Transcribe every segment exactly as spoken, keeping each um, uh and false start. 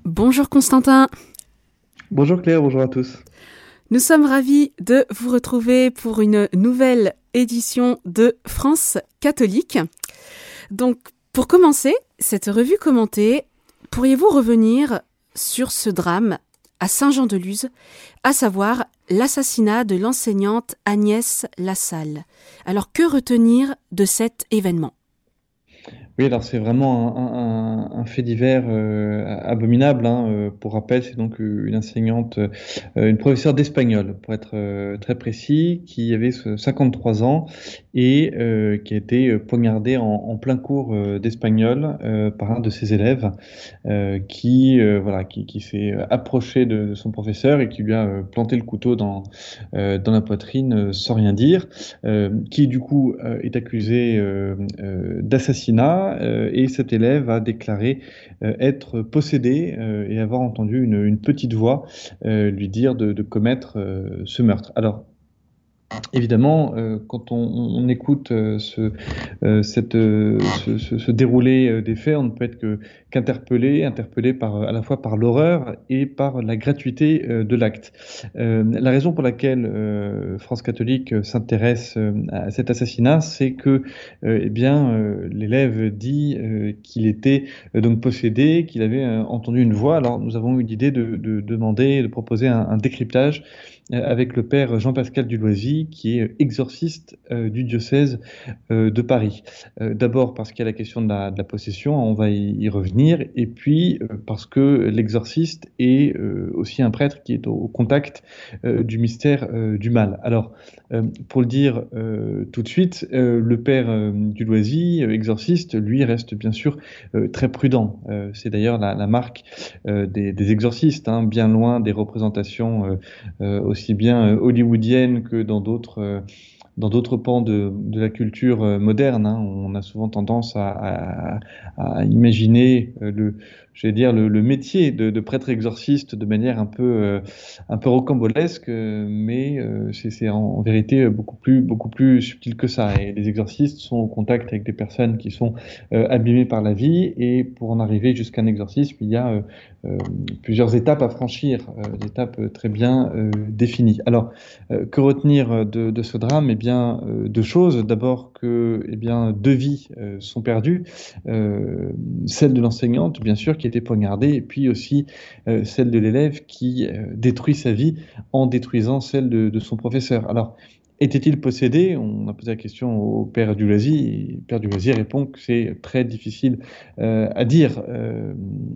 Bonjour Constantin. Bonjour Claire, bonjour à tous. Nous sommes ravis de vous retrouver pour une nouvelle édition de France catholique. Donc, pour commencer cette revue commentée, pourriez-vous revenir sur ce drame à Saint-Jean-de-Luz, à savoir l'assassinat de l'enseignante Agnès Lassalle. Alors, que retenir de cet événement ? Oui, alors c'est vraiment un, un- un fait divers euh, abominable, hein. Euh, pour rappel, c'est donc euh, une enseignante, euh, une professeure d'espagnol, pour être euh, très précis, qui avait ce- cinquante-trois ans et euh, qui a été euh, poignardée en, en plein cours euh, d'espagnol euh, par un de ses élèves, euh, qui, euh, voilà, qui, qui s'est approché de, de son professeur et qui lui a euh, planté le couteau dans, euh, dans la poitrine euh, sans rien dire, euh, qui du coup euh, est accusé euh, euh, d'assassinat, euh, et cet élève a déclaré euh, être possédé euh, et avoir entendu une, une petite voix euh, lui dire de, de commettre euh, ce meurtre. Alors, évidemment, euh, quand on, on écoute euh, ce, euh, cette, euh, ce, ce- ce déroulé euh, des faits, on ne peut être que qu'interpellé, interpellé par, euh, à la fois par l'horreur et par la gratuité euh, de l'acte. Euh, la raison pour laquelle euh, France catholique euh, s'intéresse euh, à cet assassinat, c'est que euh, eh bien, euh, l'élève dit euh, qu'il était euh, donc possédé, qu'il avait euh, entendu une voix. Alors nous avons eu l'idée de, de demander, de proposer un, un décryptage euh, avec le père Jean-Pascal Duloisy, qui est exorciste euh, du diocèse euh, de Paris. Euh, D'abord parce qu'il y a la question de la, de la possession, on va y, y revenir, et puis euh, parce que l'exorciste est euh, aussi un prêtre qui est au, au contact euh, du mystère euh, du mal. Alors, euh, pour le dire euh, tout de suite, euh, le père euh, Duloisy, euh, exorciste, lui reste bien sûr euh, très prudent. Euh, c'est d'ailleurs la, la marque euh, des, des exorcistes, hein, bien loin des représentations euh, euh, aussi bien euh, hollywoodiennes que dans d'autres euh, dans d'autres pans de, de la culture euh, moderne, hein. On a souvent tendance à, à- à imaginer euh, le, j'allais dire le, le métier de, de prêtre exorciste de manière un peu, euh, un peu rocambolesque, euh, mais euh, c'est c'est en, en vérité euh, beaucoup plus, beaucoup plus subtil que ça. Et les exorcistes sont au contact avec des personnes qui sont euh, abîmées par la vie, et pour en arriver jusqu'à un exorcisme, il y a euh, euh, plusieurs étapes à franchir, euh, des étapes euh, très bien euh, définies. Alors, euh, que retenir de, de ce drame? Eh bien, euh, deux choses. D'abord que, eh bien, deux vies euh, sont perdues. Euh, celle de l'enseignante, bien sûr, qui a été poignardée, et puis aussi euh, celle de l'élève qui euh, détruit sa vie en détruisant celle de, de son professeur. Alors, était-il possédé? On a posé la question au père Dulazy, et le père Dulazy répond que c'est très difficile euh, à dire. Euh,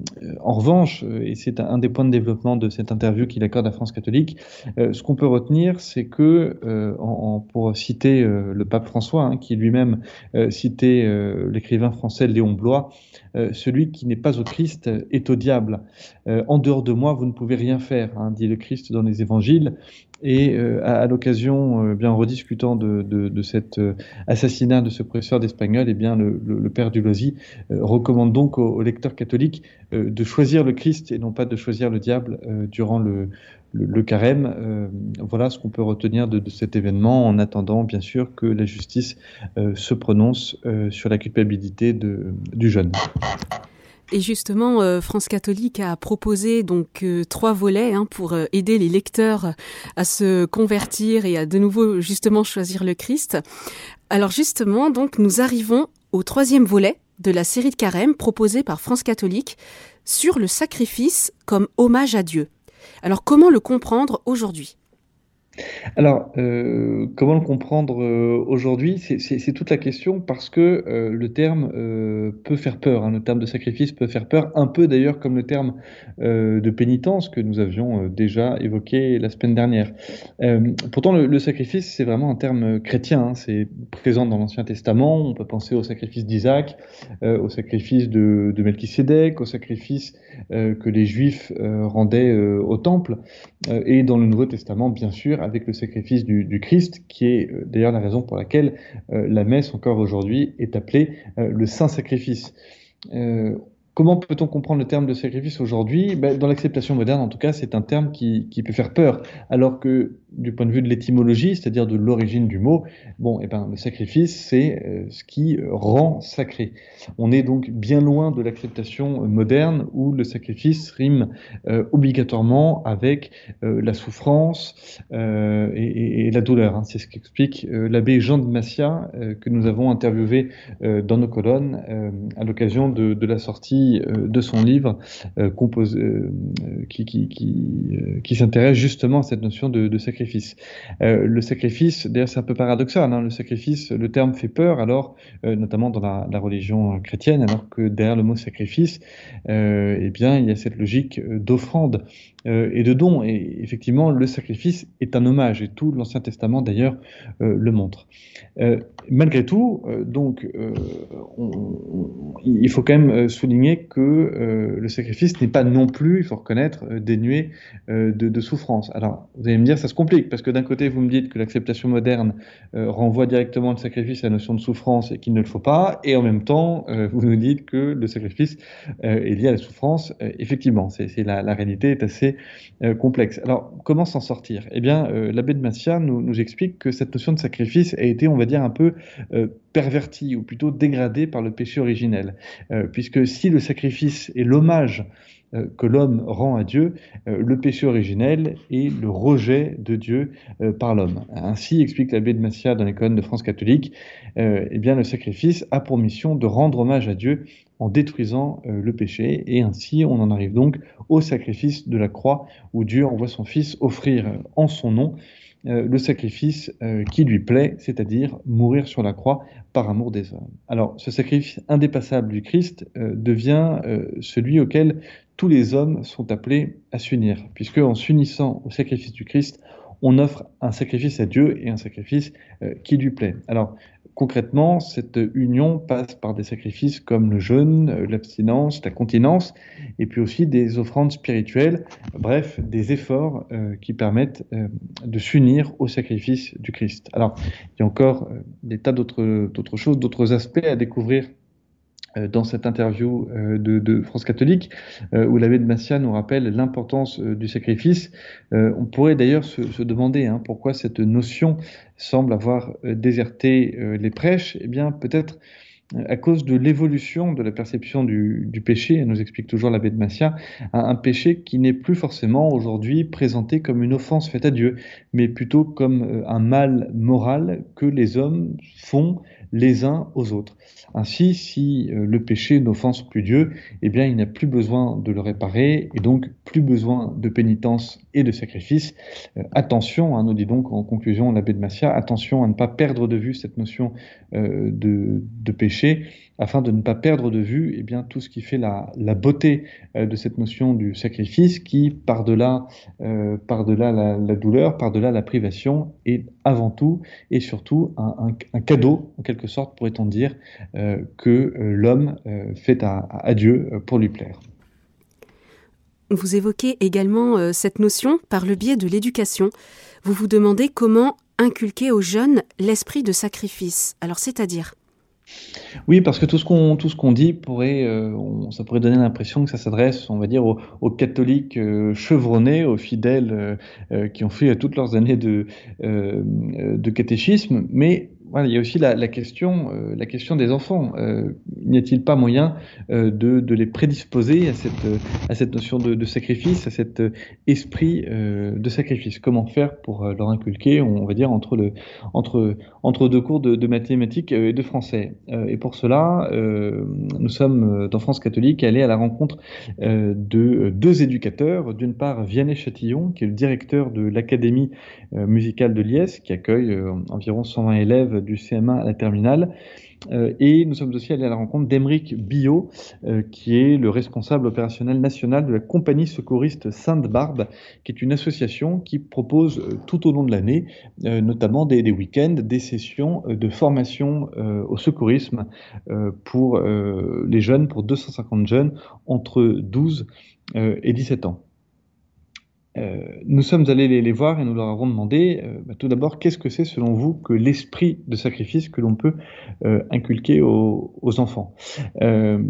en revanche, euh, et c'est un, un des points de développement de cette interview qu'il accorde à France catholique, euh, ce qu'on peut retenir, c'est que, euh, en, en- pour citer euh, le pape François, hein, qui lui-même euh, citait euh, l'écrivain français Léon Bloy, euh, celui qui n'est pas au Christ est au diable. Euh, en dehors de moi, vous ne pouvez rien faire, hein, dit le Christ dans les évangiles. Et euh, à, à l'occasion, euh, bien en rediscutant de, de, de cet euh, assassinat de ce professeur d'espagnol, eh bien le, le, le père Dulosy euh, recommande donc aux, aux lecteurs catholiques euh, de choisir le Christ et non pas de choisir le diable euh, durant le, le, le carême. Euh, voilà ce qu'on peut retenir de, de cet événement, en attendant bien sûr que la justice euh, se prononce euh, sur la culpabilité de, du jeune. Et justement, euh, France catholique a proposé donc euh, trois volets hein, pour euh, aider les lecteurs à se convertir et à de nouveau justement choisir le Christ. Alors justement, donc nous arrivons au troisième volet de la série de carême proposée par France catholique sur le sacrifice comme hommage à Dieu. Alors comment le comprendre aujourd'hui ? Alors, euh, comment le comprendre euh, aujourd'hui? C'est c'est- c'est toute la question, parce que euh, le terme euh, peut faire peur, hein. Le terme de sacrifice peut faire peur, un peu d'ailleurs comme le terme euh, de pénitence que nous avions euh, déjà évoqué la semaine dernière. Euh, pourtant, le, le sacrifice, c'est vraiment un terme chrétien, hein. C'est présent dans l'Ancien Testament. On peut penser au sacrifice d'Isaac, euh, au sacrifice de, de Melchisédek, au sacrifice euh, que les Juifs euh, rendaient euh, au temple. Euh, et dans le Nouveau Testament, bien sûr, avec le sacrifice du, du Christ, qui est euh, d'ailleurs la raison pour laquelle euh, la messe, encore aujourd'hui, est appelée euh, le Saint Sacrifice. Euh, Comment peut-on comprendre le terme de sacrifice aujourd'hui? Ben, dans l'acceptation moderne, en tout cas, c'est un terme qui, qui peut faire peur, alors que du point de vue de l'étymologie, c'est-à-dire de l'origine du mot, bon, eh ben, le sacrifice, c'est euh, ce qui rend sacré. On est donc bien loin de l'acceptation moderne où le sacrifice rime euh, obligatoirement avec euh, la souffrance euh, et, et, et la douleur. Hein. C'est ce qu'explique euh, l'abbé Jean de Massia, euh, que nous avons interviewé euh, dans nos colonnes euh, à l'occasion de, de la sortie euh, de son livre euh, composé, euh, qui, qui, qui, euh, qui s'intéresse justement à cette notion de, de sacrifice. Euh, le sacrifice, d'ailleurs c'est un peu paradoxal, hein, le sacrifice, le terme fait peur, alors euh, notamment dans la, la religion chrétienne, alors que derrière le mot sacrifice, euh, eh bien il y a cette logique d'offrande euh, et de don. Et effectivement, le sacrifice est un hommage, et tout l'Ancien Testament d'ailleurs euh, le montre. Euh, malgré tout, euh, donc, euh, on, on, il faut quand même souligner que euh, le sacrifice n'est pas non plus, il faut reconnaître, euh, dénué euh, de, de souffrance. Alors, vous allez me dire, ça se complique, parce que d'un côté, vous me dites que l'acceptation moderne euh, renvoie directement le sacrifice à la notion de souffrance et qu'il ne le faut pas, et en même temps, euh, vous nous dites que le sacrifice euh, est lié à la souffrance. Euh, effectivement, c'est, c'est la, la réalité est assez euh, complexe. Alors, comment s'en sortir? Eh bien, euh, l'abbé de Massia nous, nous explique que cette notion de sacrifice a été, on va dire, un peu euh, pervertie, ou plutôt dégradée par le péché originel. Euh, puisque si le sacrifice est l'hommage euh, que l'homme rend à Dieu, euh, le péché originel est le rejet de Dieu euh, par l'homme. Ainsi, explique l'abbé de Massia dans les colonnes de France catholique, euh, eh bien, le sacrifice a pour mission de rendre hommage à Dieu en détruisant euh, le péché, et ainsi on en arrive donc au sacrifice de la croix, où Dieu envoie son Fils offrir euh, en son nom euh, le sacrifice euh, qui lui plaît, c'est-à-dire mourir sur la croix par amour des hommes. Alors, ce sacrifice indépassable du Christ euh, devient euh, celui auquel tous les hommes sont appelés à s'unir, puisque en s'unissant au sacrifice du Christ, on offre un sacrifice à Dieu et un sacrifice euh, qui lui plaît. Alors, concrètement, cette union passe par des sacrifices comme le jeûne, euh, l'abstinence, la continence, et puis aussi des offrandes spirituelles, bref, des efforts euh, qui permettent euh, de s'unir au sacrifice du Christ. Alors, il y a encore euh, des tas d'autres, d'autres choses, d'autres aspects à découvrir euh, dans cette interview euh, de, de France catholique, euh, où l'abbé de Massia nous rappelle l'importance euh, du sacrifice. Euh, on pourrait d'ailleurs se, se demander hein, pourquoi cette notion semble avoir euh, déserté euh, les prêches. Eh bien, peut-être à cause de l'évolution de la perception du, du péché, elle nous explique toujours l'abbé de Massia, un, un péché qui n'est plus forcément aujourd'hui présenté comme une offense faite à Dieu, mais plutôt comme un mal moral que les hommes font les uns aux autres. Ainsi, si euh, le péché n'offense plus Dieu, eh bien, il n'a plus besoin de le réparer, et donc plus besoin de pénitence et de sacrifice. Euh, attention, hein, nous dit donc en conclusion l'abbé de Massia, attention à ne pas perdre de vue cette notion euh, de, de péché, afin de ne pas perdre de vue eh bien, tout ce qui fait la, la beauté euh, de cette notion du sacrifice, qui, par-delà euh, par-delà la, la douleur, par-delà la privation, est avant tout et surtout un, un, un cadeau, en quelque sorte, pourrait-on dire, euh, que euh, l'homme euh, fait à, à Dieu pour lui plaire. Vous évoquez également euh, cette notion par le biais de l'éducation. Vous vous demandez comment inculquer aux jeunes l'esprit de sacrifice. Alors, c'est-à-dire ? Oui, parce que tout ce qu'on tout ce qu'on dit pourrait, euh, on, ça pourrait donner l'impression que ça s'adresse, on va dire, aux, aux catholiques euh, chevronnés, aux fidèles euh, euh, qui ont fait toutes leurs années de euh, de catéchisme. Mais voilà, il y a aussi la, la question, euh, la question des enfants. Euh, n'y a-t-il pas moyen euh, de, de les prédisposer à cette à cette notion de, de sacrifice, à cet esprit euh, de sacrifice? Comment faire pour leur inculquer, on va dire, entre le entre entre deux cours de, de mathématiques et de français? Euh, et pour cela, euh, nous sommes dans France catholique allés à la rencontre euh, de deux éducateurs. D'une part, Vianney Chatillon, qui est le directeur de l'Académie euh, musicale de Liesse, qui accueille euh, environ cent vingt élèves du C M un à la terminale. Euh, et nous sommes aussi allés à la rencontre d'Émeric Billot, euh, qui est le responsable opérationnel national de la compagnie secouriste Sainte-Barbe, qui est une association qui propose euh, tout au long de l'année, euh, notamment des, des week-ends, des sessions euh, de formation euh, au secourisme euh, pour euh, les jeunes, pour deux cent cinquante jeunes entre douze euh, et dix-sept ans. Euh, nous sommes allés les, les voir et nous leur avons demandé, euh, bah, tout d'abord, qu'est-ce que c'est selon vous que l'esprit de sacrifice que l'on peut euh, inculquer aux, aux enfants? euh,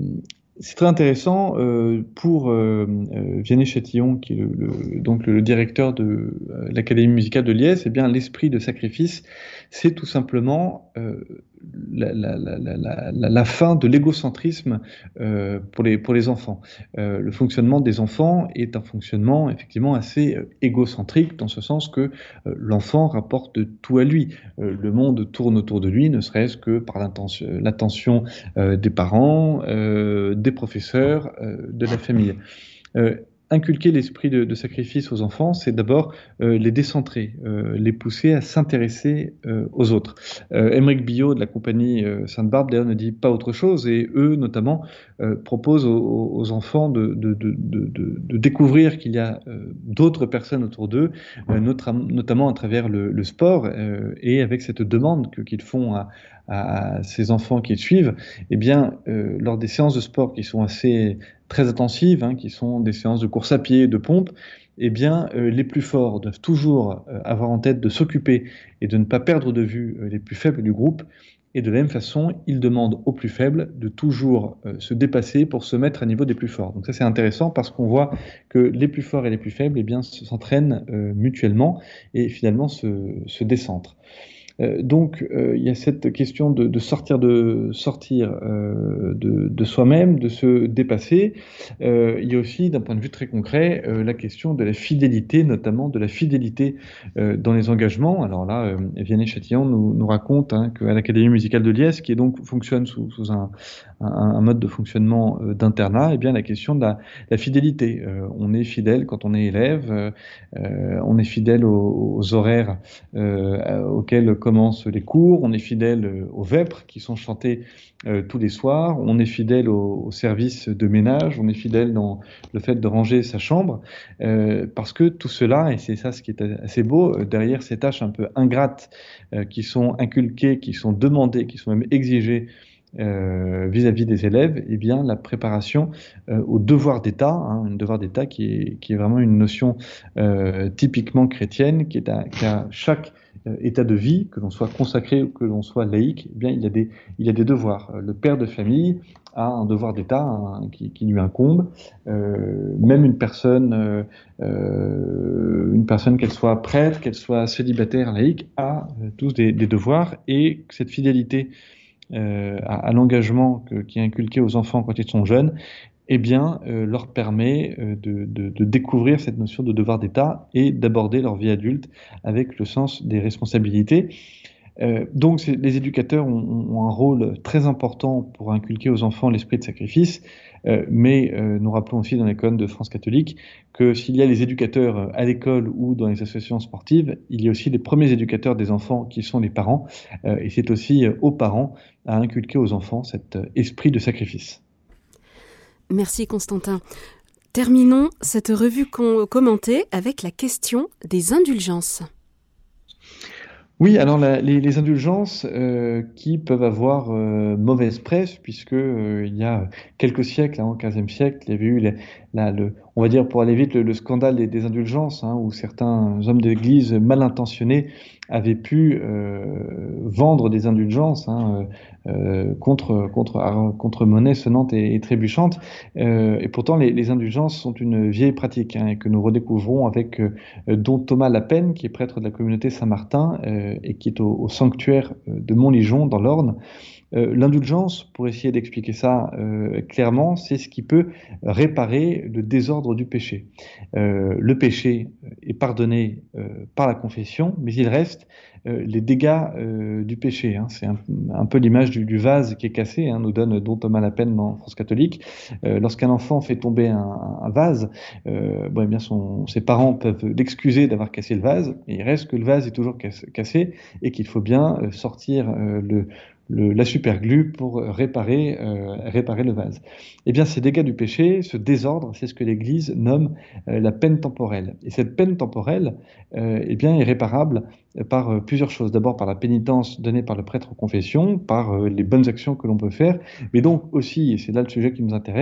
C'est très intéressant euh, pour euh, euh, Vianney Châtillon, qui est le, le- donc le, le directeur de euh, l'Académie musicale de Liège. Eh bien, l'esprit de sacrifice, c'est tout simplement euh, la, la- la- la- la- la- la fin de l'égocentrisme euh, pour les, pour les enfants. Euh, le fonctionnement des enfants est un fonctionnement effectivement assez euh, égocentrique, dans ce sens que euh, l'enfant rapporte tout à lui. Euh, le monde tourne autour de lui, ne serait-ce que par l'intention, l'attention euh, des parents, euh, des professeurs, euh, de la famille. Euh, Inculquer l'esprit de, de sacrifice aux enfants, c'est d'abord euh, les décentrer, euh, les pousser à s'intéresser euh, aux autres. Euh, Émeric Billot de la compagnie euh, Sainte-Barbe, d'ailleurs, ne dit pas autre chose, et eux, notamment, euh, proposent aux, aux enfants de, de, de, de, de découvrir qu'il y a euh, d'autres personnes autour d'eux, euh, notamment à travers le, le sport, euh, et avec cette demande que, qu'ils font à, à ces enfants qui suivent, eh bien, euh, lors des séances de sport qui sont assez très intensives, hein, qui sont des séances de course à pied, de pompe, eh bien, euh, les plus forts doivent toujours euh, avoir en tête de s'occuper et de ne pas perdre de vue euh, les plus faibles du groupe. Et de la même façon, ils demandent aux plus faibles de toujours euh, se dépasser pour se mettre à niveau des plus forts. Donc ça, c'est intéressant parce qu'on voit que les plus forts et les plus faibles, eh bien, s'entraînent euh, mutuellement et finalement se, se décentrent. Euh, donc, euh, il y a cette question de, de sortir de, sortir, euh, de, de soi-même, de se dépasser. Euh, il y a aussi, d'un point de vue très concret, euh, la question de la fidélité, notamment de la fidélité euh, dans les engagements. Alors là, euh, Vianney Châtillon nous, nous raconte hein, qu'à l'Académie musicale de Liège, qui est donc fonctionne sous, sous un, un, un mode de fonctionnement euh, d'internat, eh bien la question de la, la fidélité. Euh, on est fidèle quand on est élève, euh, on est fidèle aux, aux horaires euh, auxquels commencent les cours, on est fidèle euh, aux vêpres qui sont chantées euh, tous les soirs, on est fidèle au, au service de ménage, on est fidèle dans le fait de ranger sa chambre, euh, parce que tout cela, et c'est ça ce qui est assez beau, euh, derrière ces tâches un peu ingrates euh, qui sont inculquées, qui sont demandées, qui sont même exigées euh, vis-à-vis des élèves, eh bien, la préparation euh, au devoir d'État, hein, un devoir d'État qui est, qui est vraiment une notion euh, typiquement chrétienne, qui est à, qu'à chaque euh, état de vie, que l'on soit consacré ou que l'on soit laïque, eh bien, il y a des, il y a des devoirs. Le père de famille a un devoir d'État hein, qui, qui lui incombe. Euh, même une personne, euh, euh, une personne qu'elle soit prêtre, qu'elle soit célibataire, laïque, a euh, tous des, des devoirs et cette fidélité euh, à, à l'engagement que- qui est inculqué aux enfants quand ils sont jeunes, eh bien, euh, leur permet euh, de, de- de découvrir cette notion de devoir d'État et d'aborder leur vie adulte avec le sens des responsabilités. Euh, donc, c'est- les éducateurs ont, ont un rôle très important pour inculquer aux enfants l'esprit de sacrifice, euh, mais euh, nous rappelons aussi dans les colonnes de France catholique que s'il y a les éducateurs euh, à l'école ou dans les associations sportives, il y a aussi les premiers éducateurs des enfants qui sont les parents, euh, et c'est aussi euh, aux parents à inculquer aux enfants cet euh, esprit de sacrifice. Merci Constantin. Terminons cette revue com- commentée avec la question des indulgences. Oui, alors la- les, les indulgences euh, qui peuvent avoir euh, mauvaise presse, puisque euh, il y a quelques siècles, hein, au quinzième siècle, il y avait eu la- la- le, on va dire pour aller vite, le, le scandale des, des indulgences, hein, où certains hommes d'église mal intentionnés avaient pu euh, vendre des indulgences hein, euh, contre, contre, contre monnaie sonnante et, et trébuchante. Euh, et pourtant, les, les indulgences sont une vieille pratique hein, et que nous redécouvrons avec euh, dont Thomas Lapen, qui est prêtre de la communauté Saint-Martin euh, et qui est au, au sanctuaire euh, de Montligeon dans l'Orne. Euh, l'indulgence, pour essayer d'expliquer ça euh, clairement, c'est ce qui peut réparer le désordre du péché. Euh, le péché est pardonné euh, par la confession, mais il reste euh, les dégâts euh, du péché. Hein. C'est un, un peu l'image du, du vase qui est cassé, hein, nous donne Don Thomas Lapen dans France catholique. Euh, lorsqu'un enfant fait tomber un, un vase, euh, bon, eh bien son, ses parents peuvent l'excuser d'avoir cassé le vase, mais il reste que le vase est toujours cassé et qu'il faut bien euh, sortir euh, le le, la superglue pour réparer, euh, réparer le vase. Eh bien, ces dégâts du péché, ce désordre, c'est ce que l'Église nomme euh, la peine temporelle. Et cette peine temporelle, euh, eh bien, est réparable par euh, plusieurs choses. D'abord par la pénitence donnée par le prêtre en confession, par euh, les bonnes actions que l'on peut faire, mais donc aussi, et c'est là le sujet qui nous intéresse,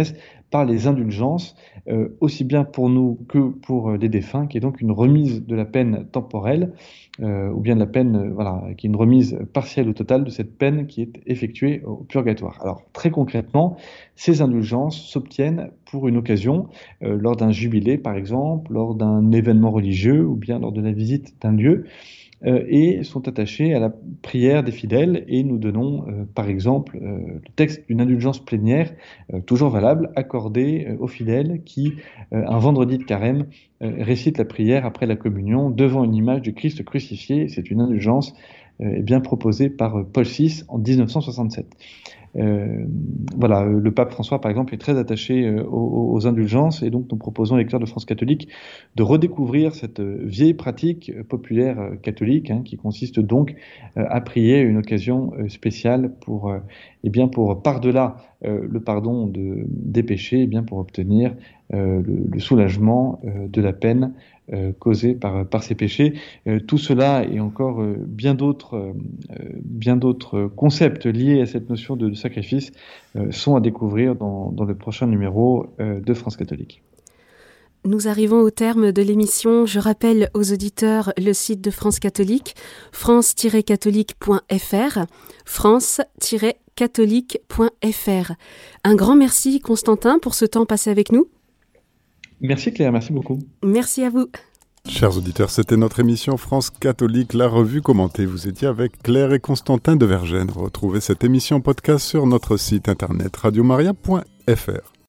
par les indulgences, euh, aussi bien pour nous que pour les défunts, qui est donc une remise de la peine temporelle, euh, ou bien de la peine, euh, voilà, qui est une remise partielle ou totale de cette peine qui est effectuée au purgatoire. Alors très concrètement, ces indulgences s'obtiennent pour une occasion, euh, lors d'un jubilé par exemple, lors d'un événement religieux ou bien lors de la visite d'un lieu, euh, et sont attachées à la prière des fidèles. Et nous donnons euh, par exemple euh, le texte d'une indulgence plénière, euh, toujours valable, accordée euh, aux fidèles qui, euh, un vendredi de carême, euh, récitent la prière après la communion devant une image du Christ crucifié. C'est une indulgence euh, bien proposée par euh, Paul six en dix-neuf cent soixante-sept. Euh, voilà, le pape François, par exemple, est très attaché euh, aux, aux indulgences, et donc nous proposons aux lecteurs de France catholique de redécouvrir cette euh, vieille pratique euh, populaire euh, catholique, hein, qui consiste donc euh, à prier une occasion euh, spéciale pour, euh, eh bien, pour par-delà euh, le pardon de, des péchés, eh bien, pour obtenir euh, le, le soulagement euh, de la peine euh, causée par, par ces péchés. Euh, tout cela et encore euh, bien d'autres, euh, bien d'autres concepts liés à cette notion de, de sacrifice euh, sont à découvrir dans, dans le prochain numéro euh, de France catholique. Nous arrivons au terme de l'émission. Je rappelle aux auditeurs le site de France catholique, france tiret catholique point f r, france tiret catholique point f r. Un grand merci Constantin pour ce temps passé avec nous. Merci Claire, merci beaucoup. Merci à vous. Chers auditeurs, c'était notre émission France catholique, la revue commentée. Vous étiez avec Claire et Constantin de Vergennes. Retrouvez cette émission podcast sur notre site internet radio maria point f r.